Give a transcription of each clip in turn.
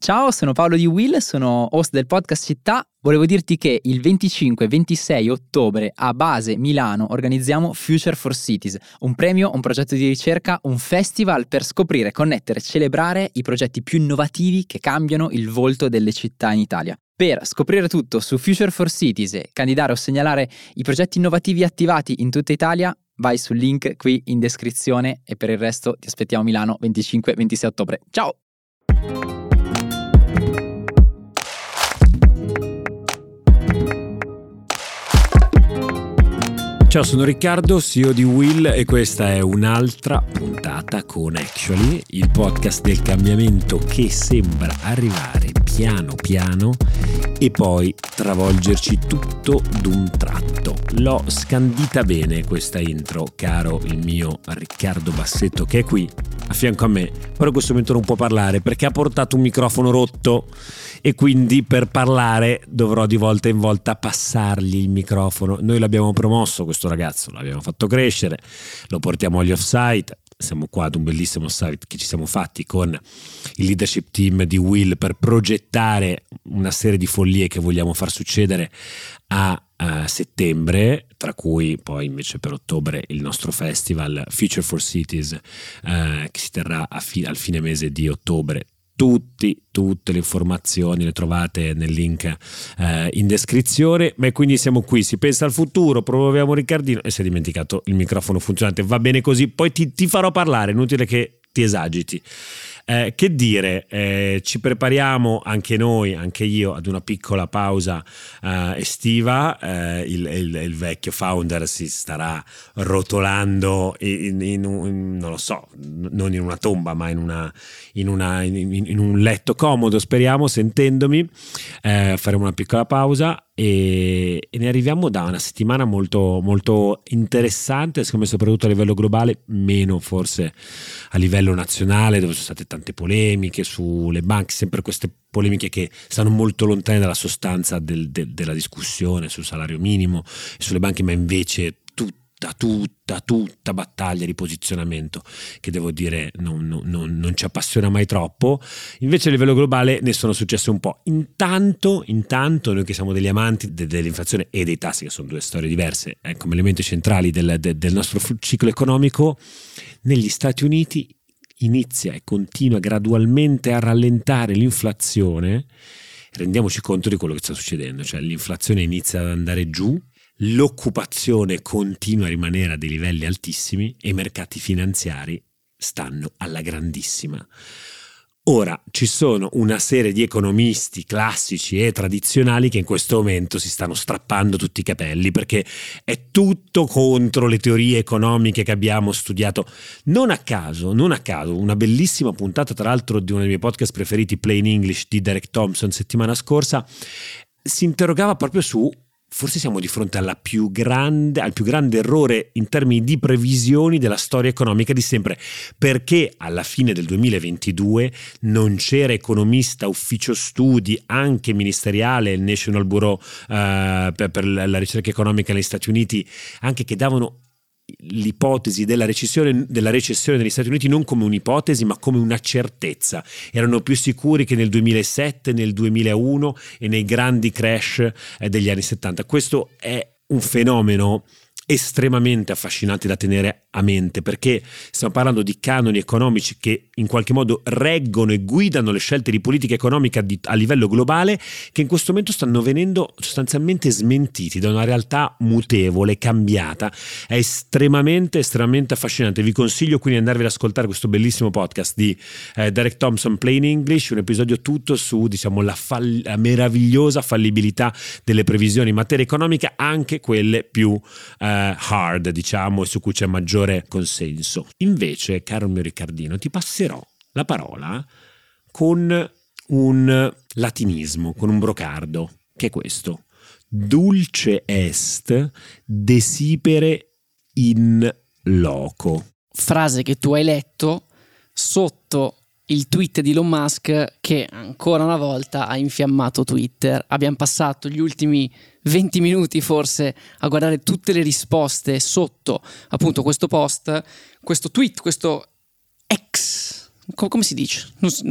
Ciao, sono Paolo di Will, sono host del podcast Città. Volevo dirti che il 25 e 26 ottobre a Base, Milano, organizziamo Future for Cities, un premio, un progetto di ricerca, un festival per scoprire, connettere e celebrare i progetti più innovativi che cambiano il volto delle città in Italia. Per scoprire tutto su Future for Cities e candidare o segnalare i progetti innovativi attivati in tutta Italia, vai sul link qui in descrizione e per il resto ti aspettiamo a Milano 25 e 26 ottobre. Ciao! Ciao, sono Riccardo, CEO di Will e questa è un'altra puntata con Actually, il podcast del cambiamento che sembra arrivare piano piano e poi travolgerci tutto d'un tratto. L'ho scandita bene questa intro, caro il mio Riccardo Bassetto che è qui a fianco a me, però in questo momento non può parlare perché ha portato un microfono rotto e quindi per parlare dovrò di volta in volta passargli il microfono. Noi l'abbiamo promosso questo ragazzo, l'abbiamo fatto crescere, lo portiamo agli offsite. Siamo qua ad un bellissimo site che ci siamo fatti con il leadership team di Will per progettare una serie di follie che vogliamo far succedere a settembre, tra cui poi invece per ottobre il nostro festival Future for Cities che si terrà al fine mese di ottobre. Tutte le informazioni le trovate nel link in descrizione, ma quindi siamo qui, si pensa al futuro, proviamo Riccardino e si è dimenticato il microfono funzionante, va bene così, poi ti farò parlare, inutile che ti esagiti. Che dire, ci prepariamo anche noi, anche io, ad una piccola pausa estiva. Il vecchio founder si starà rotolando non lo so, non in una tomba ma in un letto comodo, speriamo, sentendomi. Faremo una piccola pausa e ne arriviamo da una settimana molto, molto interessante, secondo me, soprattutto a livello globale, meno forse a livello nazionale, dove sono state tante polemiche sulle banche, sempre queste polemiche che stanno molto lontane dalla sostanza della discussione sul salario minimo e sulle banche, ma invece tutta battaglia di posizionamento che devo dire non ci appassiona mai troppo. Invece a livello globale ne sono successe un po'. Intanto noi che siamo degli amanti dell'inflazione e dei tassi, che sono due storie diverse come elementi centrali del nostro ciclo economico, negli Stati Uniti inizia e continua gradualmente a rallentare l'inflazione. Rendiamoci conto di quello che sta succedendo, cioè l'inflazione inizia ad andare giù, l'occupazione continua a rimanere a dei livelli altissimi e i mercati finanziari stanno alla grandissima. Ora ci sono una serie di economisti classici e tradizionali che in questo momento si stanno strappando tutti i capelli perché è tutto contro le teorie economiche che abbiamo studiato. Non a caso, una bellissima puntata tra l'altro di uno dei miei podcast preferiti, Plain English, di Derek Thompson, settimana scorsa, si interrogava proprio su: forse siamo di fronte al più grande errore in termini di previsioni della storia economica di sempre, perché alla fine del 2022 non c'era economista, ufficio studi, anche ministeriale, il National Bureau per la ricerca economica negli Stati Uniti, anche che davano l'ipotesi della recessione negli Stati Uniti non come un'ipotesi ma come una certezza. Erano più sicuri che nel 2007, nel 2001 e nei grandi crash degli anni 70. Questo è un fenomeno estremamente affascinante da tenere a mente, perché stiamo parlando di canoni economici che in qualche modo reggono e guidano le scelte di politica economica a livello globale, che in questo momento stanno venendo sostanzialmente smentiti da una realtà mutevole, cambiata. È estremamente affascinante. Vi consiglio quindi di andarvi ad ascoltare questo bellissimo podcast di Derek Thompson, Plain English, un episodio tutto su, diciamo, la meravigliosa fallibilità delle previsioni in materia economica, anche quelle più hard, diciamo, e su cui c'è maggiore consenso. Invece, caro mio Riccardino, ti passerò la parola con un latinismo, con un brocardo, che è questo: dulce est desipere in loco. Frase che tu hai letto sotto il tweet di Elon Musk, che ancora una volta ha infiammato Twitter. Abbiamo passato gli ultimi 20 minuti forse a guardare tutte le risposte sotto appunto questo post, questo tweet, questo ex come si dice?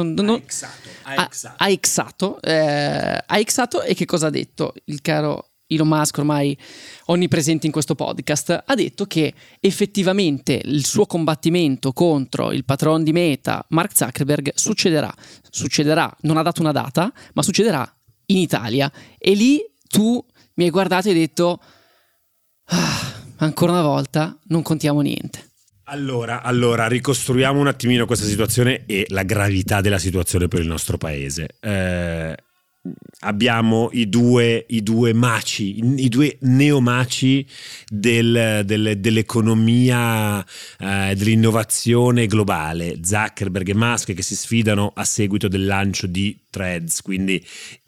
Ha exato, e che cosa ha detto il caro Elon Musk, ormai onnipresente in questo podcast? Ha detto che effettivamente il suo combattimento contro il patron di Meta, Mark Zuckerberg, succederà, non ha dato una data, ma succederà in Italia. E lì tu mi hai guardato e hai detto ancora una volta non contiamo niente. Allora, ricostruiamo un attimino questa situazione e la gravità della situazione per il nostro paese. Abbiamo i due maci, i due neomaci dell'economia, dell'innovazione globale, Zuckerberg e Musk, che si sfidano a seguito del lancio di Threads, quindi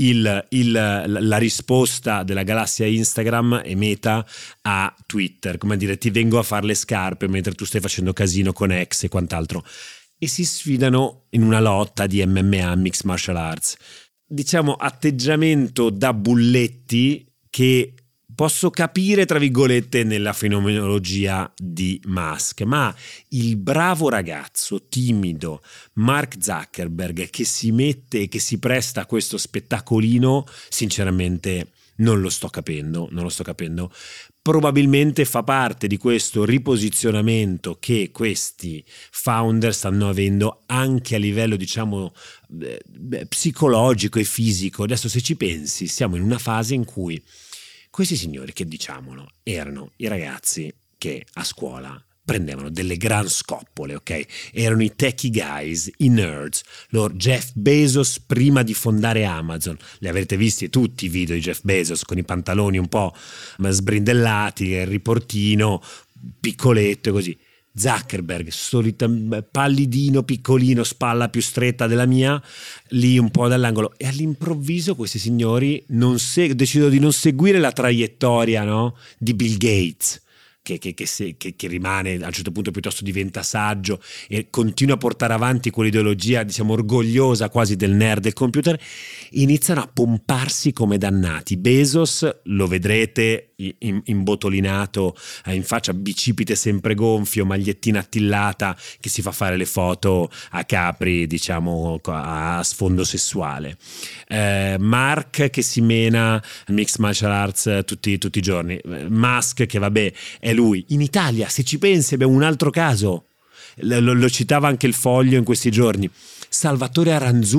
la risposta della galassia Instagram e Meta a Twitter, come dire, ti vengo a fare le scarpe mentre tu stai facendo casino con X e quant'altro, e si sfidano in una lotta di MMA, Mixed Martial Arts. Diciamo atteggiamento da bulletti che posso capire tra virgolette nella fenomenologia di Musk, ma il bravo ragazzo timido Mark Zuckerberg che si mette e che si presta a questo spettacolino, sinceramente non lo sto capendo. Probabilmente fa parte di questo riposizionamento che questi founder stanno avendo anche a livello, diciamo, psicologico e fisico. Adesso, se ci pensi, siamo in una fase in cui questi signori, che diciamolo, erano i ragazzi che a scuola prendevano delle gran scoppole, ok? Erano i techie guys, i nerds. Loro, Jeff Bezos, prima di fondare Amazon, li avrete visti tutti i video di Jeff Bezos con i pantaloni un po' sbrindellati, il riportino piccoletto e così. Zuckerberg, pallidino, piccolino, spalla più stretta della mia, lì un po' dall'angolo, e all'improvviso questi signori decidono di non seguire la traiettoria, no? Di Bill Gates, che rimane a un certo punto, piuttosto diventa saggio e continua a portare avanti quell'ideologia, diciamo, orgogliosa quasi del nerd del computer. Iniziano a pomparsi come dannati. Bezos, lo vedrete imbotolinato in faccia, bicipite sempre gonfio, magliettina attillata, che si fa fare le foto a Capri, diciamo, a sfondo sessuale. Mark che si mena Mixed Martial Arts tutti i giorni. Musk che vabbè è lui. In Italia, se ci pensi, abbiamo un altro caso, lo citava anche il Foglio in questi giorni, Salvatore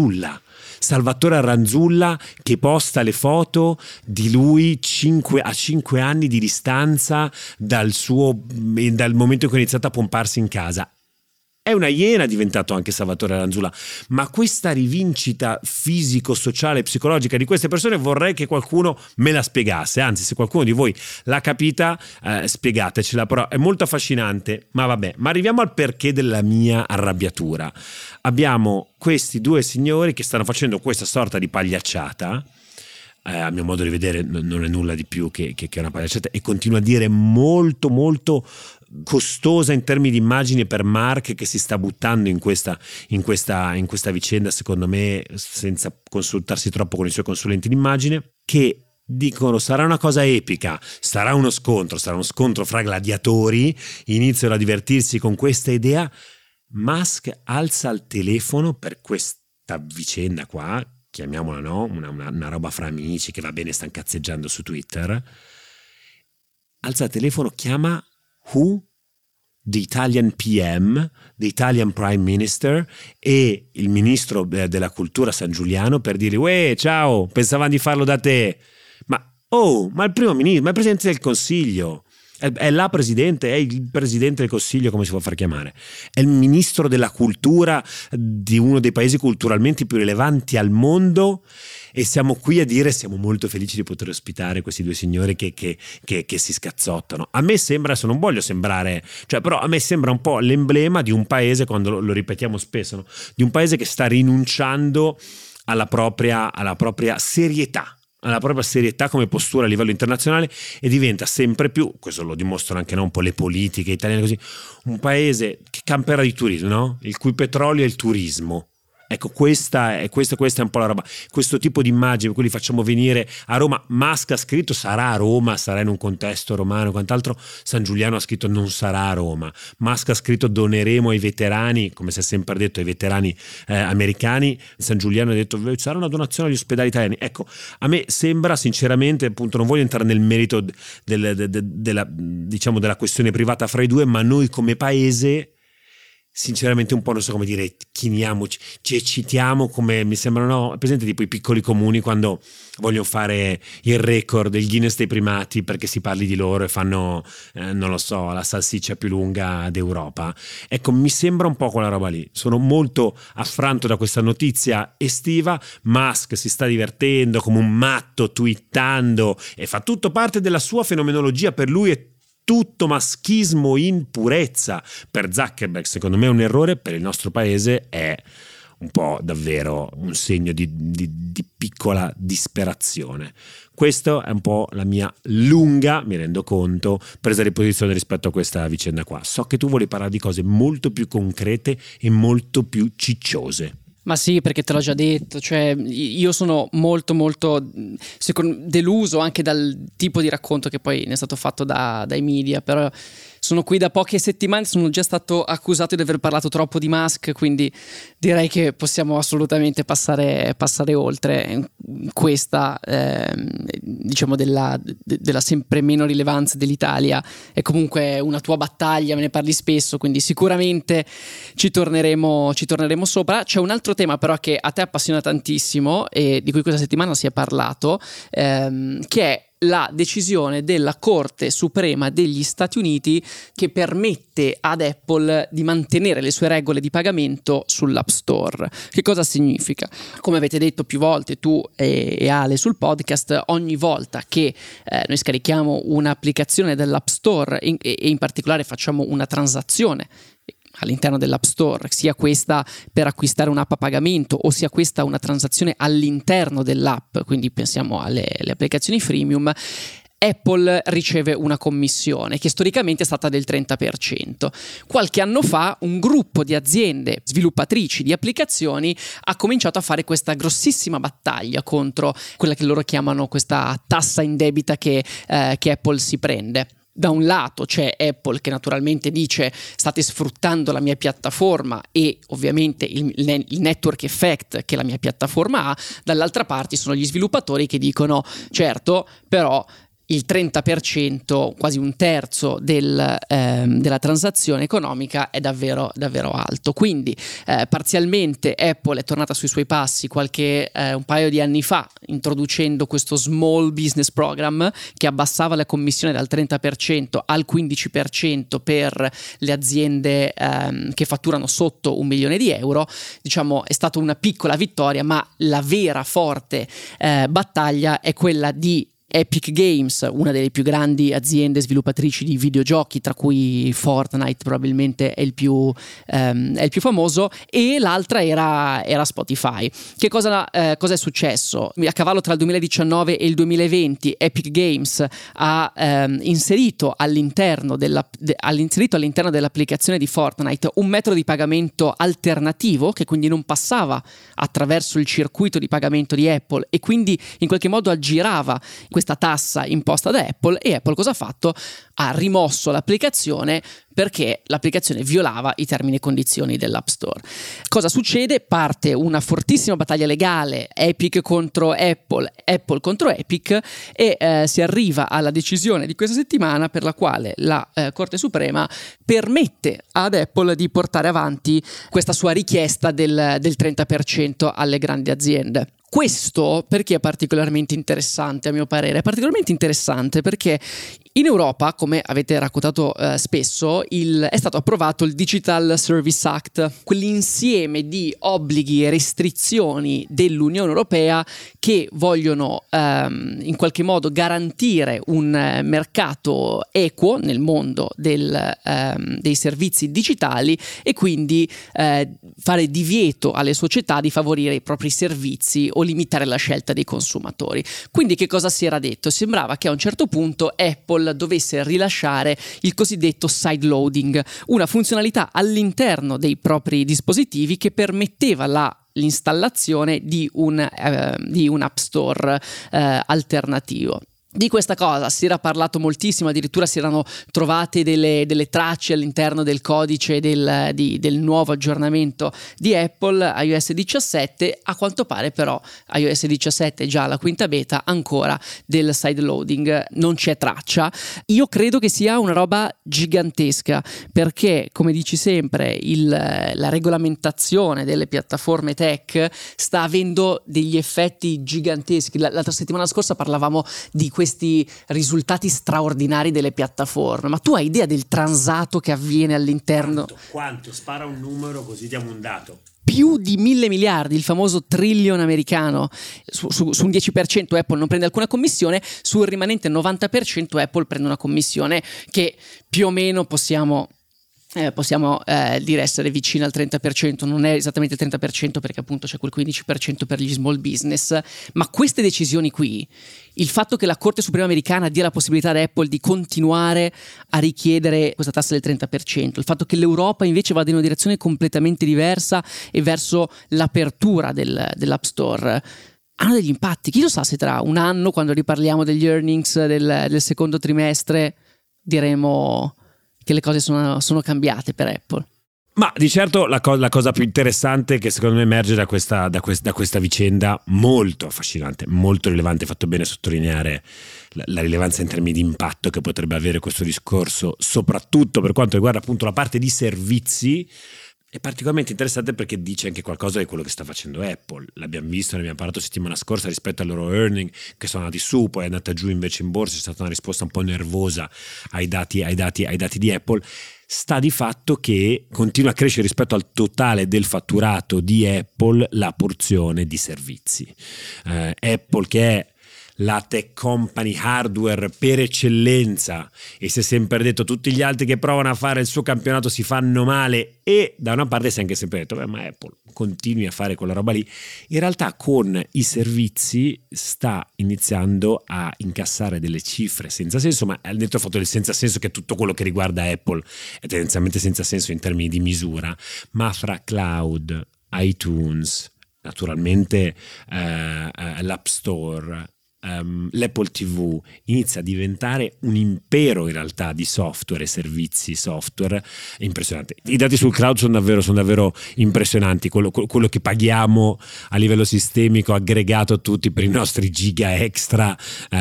Arranzulla che posta le foto di lui a 5 anni di distanza dal momento in cui ha iniziato a pomparsi in casa. È una iena diventato anche Salvatore Arranzulla, ma questa rivincita fisico-sociale, psicologica di queste persone vorrei che qualcuno me la spiegasse. Anzi, se qualcuno di voi l'ha capita, spiegatecela, però è molto affascinante. Ma vabbè, ma arriviamo al perché della mia arrabbiatura. Abbiamo questi due signori che stanno facendo questa sorta di pagliacciata. A mio modo di vedere non è nulla di più che una pagliacciata, e continua a dire molto molto costosa in termini di immagine per Mark, che si sta buttando in questa vicenda, secondo me senza consultarsi troppo con i suoi consulenti d'immagine, che dicono sarà una cosa epica, sarà uno scontro fra gladiatori, iniziano a divertirsi con questa idea. Musk alza il telefono per questa vicenda qua, chiamiamola, no? Una roba fra amici che va bene, stanno cazzeggiando su Twitter. Alza il telefono, chiama the Italian PM, the Italian Prime Minister, e il ministro della cultura San Giuliano, per dirgli: uè, ciao, pensavamo di farlo da te. Ma il primo ministro, ma il presidente del Consiglio, è il presidente del Consiglio, come si può far chiamare, è il ministro della cultura di uno dei paesi culturalmente più rilevanti al mondo, e siamo qui a dire siamo molto felici di poter ospitare questi due signori che si scazzottano. A me sembra, se non voglio sembrare, però a me sembra un po' l'emblema di un paese, quando lo ripetiamo spesso, no? Di un paese che sta rinunciando alla propria serietà, come postura a livello internazionale, e diventa sempre più, questo lo dimostrano anche un po' le politiche italiane, così, un paese che camperà di turismo, no? Il cui petrolio è il turismo. Ecco, questa è un po' la roba, questo tipo di immagine, quelli facciamo venire a Roma. Musk ha scritto sarà a Roma, sarà in un contesto romano, quant'altro. San Giuliano ha scritto non sarà a Roma. Musk ha scritto doneremo ai veterani, come si è sempre detto, ai veterani americani. San Giuliano ha detto sarà una donazione agli ospedali italiani. Ecco, a me sembra sinceramente, appunto, non voglio entrare nel merito della questione privata fra i due, ma noi come paese sinceramente un po' non so come dire, chiniamoci, ci eccitiamo, come mi sembrano, presente tipo i piccoli comuni quando vogliono fare il record del Guinness dei primati perché si parli di loro e fanno non lo so, la salsiccia più lunga d'Europa. Ecco, mi sembra un po' quella roba lì. Sono molto affranto da questa notizia estiva. Musk si sta divertendo come un matto, twittando, e fa tutto parte della sua fenomenologia. Per lui è tutto maschismo in purezza. Per Zuckerberg secondo me è un errore, per il nostro paese è un po' davvero un segno di piccola disperazione. Questa è un po' la mia lunga, mi rendo conto, presa di posizione rispetto a questa vicenda qua. So che tu vuoi parlare di cose molto più concrete e molto più cicciose. Ma sì, perché te l'ho già detto, cioè io sono molto deluso anche dal tipo di racconto che poi ne è stato fatto dai media, però sono qui da poche settimane, sono già stato accusato di aver parlato troppo di Musk, quindi direi che possiamo assolutamente passare oltre questa, diciamo della sempre meno rilevanza dell'Italia. È comunque una tua battaglia, me ne parli spesso, quindi sicuramente ci torneremo sopra. C'è un altro tema però che a te appassiona tantissimo e di cui questa settimana si è parlato, che è la decisione della Corte Suprema degli Stati Uniti che permette ad Apple di mantenere le sue regole di pagamento sull'App Store. Che cosa significa? Come avete detto più volte tu e Ale sul podcast, ogni volta che noi scarichiamo un'applicazione dell'App Store e in particolare facciamo una transazione all'interno dell'App Store, sia questa per acquistare un'app a pagamento o sia questa una transazione all'interno dell'app, quindi pensiamo alle applicazioni freemium, Apple riceve una commissione che storicamente è stata del 30%. Qualche anno fa un gruppo di aziende sviluppatrici di applicazioni ha cominciato a fare questa grossissima battaglia contro quella che loro chiamano questa tassa indebita che Apple si prende. Da un lato c'è Apple che naturalmente dice state sfruttando la mia piattaforma e ovviamente il network effect che la mia piattaforma ha, dall'altra parte sono gli sviluppatori che dicono certo, però il 30%, quasi un terzo della transazione economica è davvero alto. Quindi parzialmente Apple è tornata sui suoi passi un paio di anni fa, introducendo questo Small Business Program che abbassava la commissione dal 30% al 15% per le aziende che fatturano sotto €1 milione. Diciamo è stata una piccola vittoria, ma la vera forte battaglia è quella di Epic Games, una delle più grandi aziende sviluppatrici di videogiochi, tra cui Fortnite probabilmente è il più famoso, e l'altra era Spotify. Che cosa è successo? A cavallo tra il 2019 e il 2020 Epic Games ha inserito all'interno dell'applicazione di Fortnite un metodo di pagamento alternativo che quindi non passava attraverso il circuito di pagamento di Apple e quindi in qualche modo aggirava questa tassa imposta da Apple, e Apple cosa ha fatto? Ha rimosso l'applicazione perché l'applicazione violava i termini e condizioni dell'App Store. Cosa succede? Parte una fortissima battaglia legale, Epic contro Apple, Apple contro Epic, e si arriva alla decisione di questa settimana per la quale la Corte Suprema permette ad Apple di portare avanti questa sua richiesta del 30% alle grandi aziende. Questo perché è particolarmente interessante, a mio parere? È particolarmente interessante perché in Europa, come avete raccontato spesso, è stato approvato il Digital Service Act, quell'insieme di obblighi e restrizioni dell'Unione Europea che vogliono in qualche modo garantire un mercato equo nel mondo dei servizi digitali e quindi fare divieto alle società di favorire i propri servizi o limitare la scelta dei consumatori. Quindi che cosa si era detto? Sembrava che a un certo punto Apple Apple dovesse rilasciare il cosiddetto side loading, una funzionalità all'interno dei propri dispositivi che permetteva l'installazione di un App Store alternativo. Di questa cosa si era parlato moltissimo, addirittura si erano trovate delle tracce all'interno del codice del nuovo aggiornamento di Apple, iOS 17. A quanto pare però iOS 17 è già la quinta beta, ancora del side loading non c'è traccia. Io credo che sia una roba gigantesca, perché come dici sempre la regolamentazione delle piattaforme tech sta avendo degli effetti giganteschi. L'altra settimana scorsa parlavamo di questi risultati straordinari delle piattaforme, ma tu hai idea del transato che avviene all'interno? Quanto? Spara un numero così diamo un dato. Più di 1.000 miliardi, il famoso trillion americano. Su un 10% Apple non prende alcuna commissione, sul rimanente 90% Apple prende una commissione che più o meno possiamo dire essere vicina al 30%, non è esattamente il 30% perché appunto c'è quel 15% per gli small business, ma queste decisioni qui, il fatto che la Corte Suprema americana dia la possibilità ad Apple di continuare a richiedere questa tassa del 30%, il fatto che l'Europa invece vada in una direzione completamente diversa e verso l'apertura dell'App Store, hanno degli impatti. Chi lo sa se tra un anno, quando riparliamo degli earnings del secondo trimestre, diremo che le cose sono cambiate per Apple. Ma di certo la cosa più interessante che secondo me emerge da questa vicenda, molto affascinante, molto rilevante, fatto bene a sottolineare la rilevanza in termini di impatto che potrebbe avere questo discorso, soprattutto per quanto riguarda appunto la parte di servizi. È particolarmente interessante perché dice anche qualcosa di quello che sta facendo Apple. L'abbiamo visto, ne abbiamo parlato settimana scorsa rispetto ai loro earning che sono andati su, poi è andata giù invece in borsa, c'è stata una risposta un po' nervosa ai dati di Apple. Sta di fatto che continua a crescere rispetto al totale del fatturato di Apple la porzione di servizi. Apple, che è la tech company hardware per eccellenza, e si è sempre detto tutti gli altri che provano a fare il suo campionato si fanno male, e da una parte si è anche sempre detto ma Apple continui a fare quella roba lì. In realtà con i servizi sta iniziando a incassare delle cifre senza senso, ma al netto fatto del senza senso che tutto quello che riguarda Apple è tendenzialmente senza senso in termini di misura, ma fra cloud, iTunes, naturalmente l'App Store, l'Apple TV inizia a diventare un impero in realtà di software e servizi software impressionante. I dati sul cloud sono davvero impressionanti, quello che paghiamo a livello sistemico aggregato a tutti per i nostri giga extra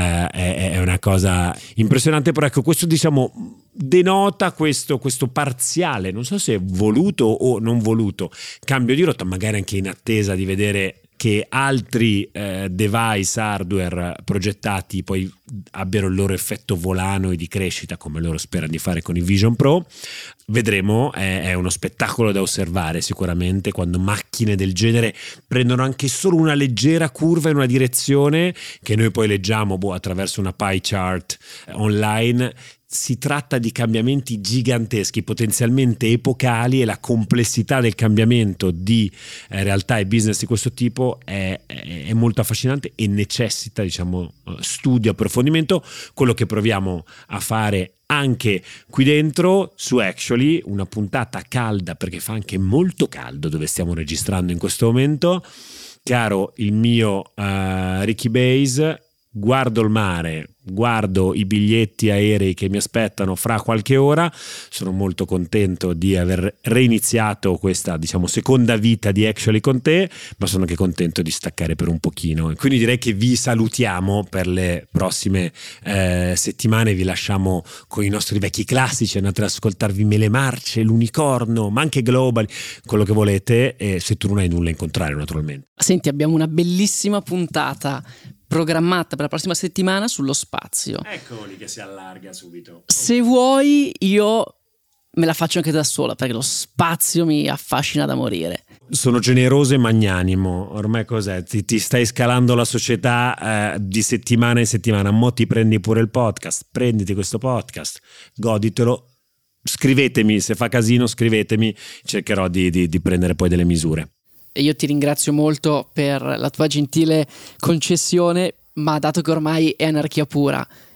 è una cosa impressionante. Però ecco, questo diciamo denota questo parziale, non so se voluto o non voluto, cambio di rotta, magari anche in attesa di vedere che altri device hardware progettati poi abbiano il loro effetto volano e di crescita, come loro sperano di fare con i Vision Pro. Vedremo, è uno spettacolo da osservare sicuramente quando macchine del genere prendono anche solo una leggera curva in una direzione che noi poi leggiamo attraverso una pie chart online. Si tratta di cambiamenti giganteschi, potenzialmente epocali, e la complessità del cambiamento di realtà e business di questo tipo è molto affascinante e necessita, diciamo, studio, approfondimento, quello che proviamo a fare anche qui dentro su Actually, una puntata calda perché fa anche molto caldo dove stiamo registrando in questo momento. Caro il mio Ricky Base, guardo il mare, guardo i biglietti aerei che mi aspettano fra qualche ora, sono molto contento di aver reiniziato questa, diciamo, seconda vita di Actually con te, ma sono anche contento di staccare per un pochino, quindi direi che vi salutiamo per le prossime settimane, vi lasciamo con i nostri vecchi classici, andate ad ascoltarvi Mele Marce, l'Unicorno, ma anche Global, quello che volete, e se tu non hai nulla in contrario naturalmente. Senti, abbiamo una bellissima puntata programmata per la prossima settimana sullo spazio. Eccolo lì che si allarga subito. Se vuoi io me la faccio anche da sola perché lo spazio mi affascina da morire. Sono generoso e magnanimo, ormai cos'è? Ti stai scalando la società di settimana in settimana, mo ti prendi pure il podcast, prenditi questo podcast, goditelo, scrivetemi, se fa casino scrivetemi, cercherò di prendere poi delle misure. E io ti ringrazio molto per la tua gentile concessione, ma dato che ormai è anarchia pura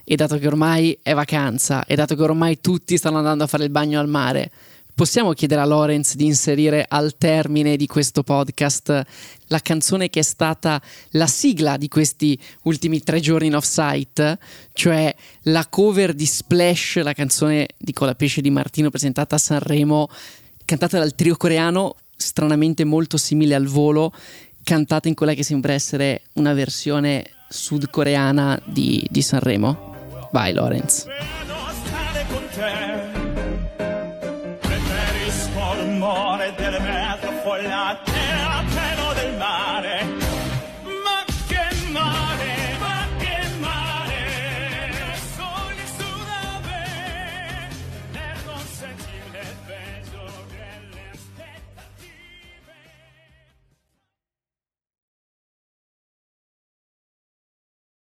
e dato che ormai è vacanza, e dato che ormai tutti stanno andando a fare il bagno al mare, possiamo chiedere a Lorenz di inserire al termine di questo podcast la canzone che è stata la sigla di questi ultimi 3 giorni in Offsite, cioè la cover di Splash, la canzone di Colapesce Di Martino presentata a Sanremo, cantata dal trio coreano, stranamente molto simile al Volo, cantata in quella che sembra essere una versione sudcoreana di Sanremo. Vai Lorenz. Preferisco l'umore delle metro follate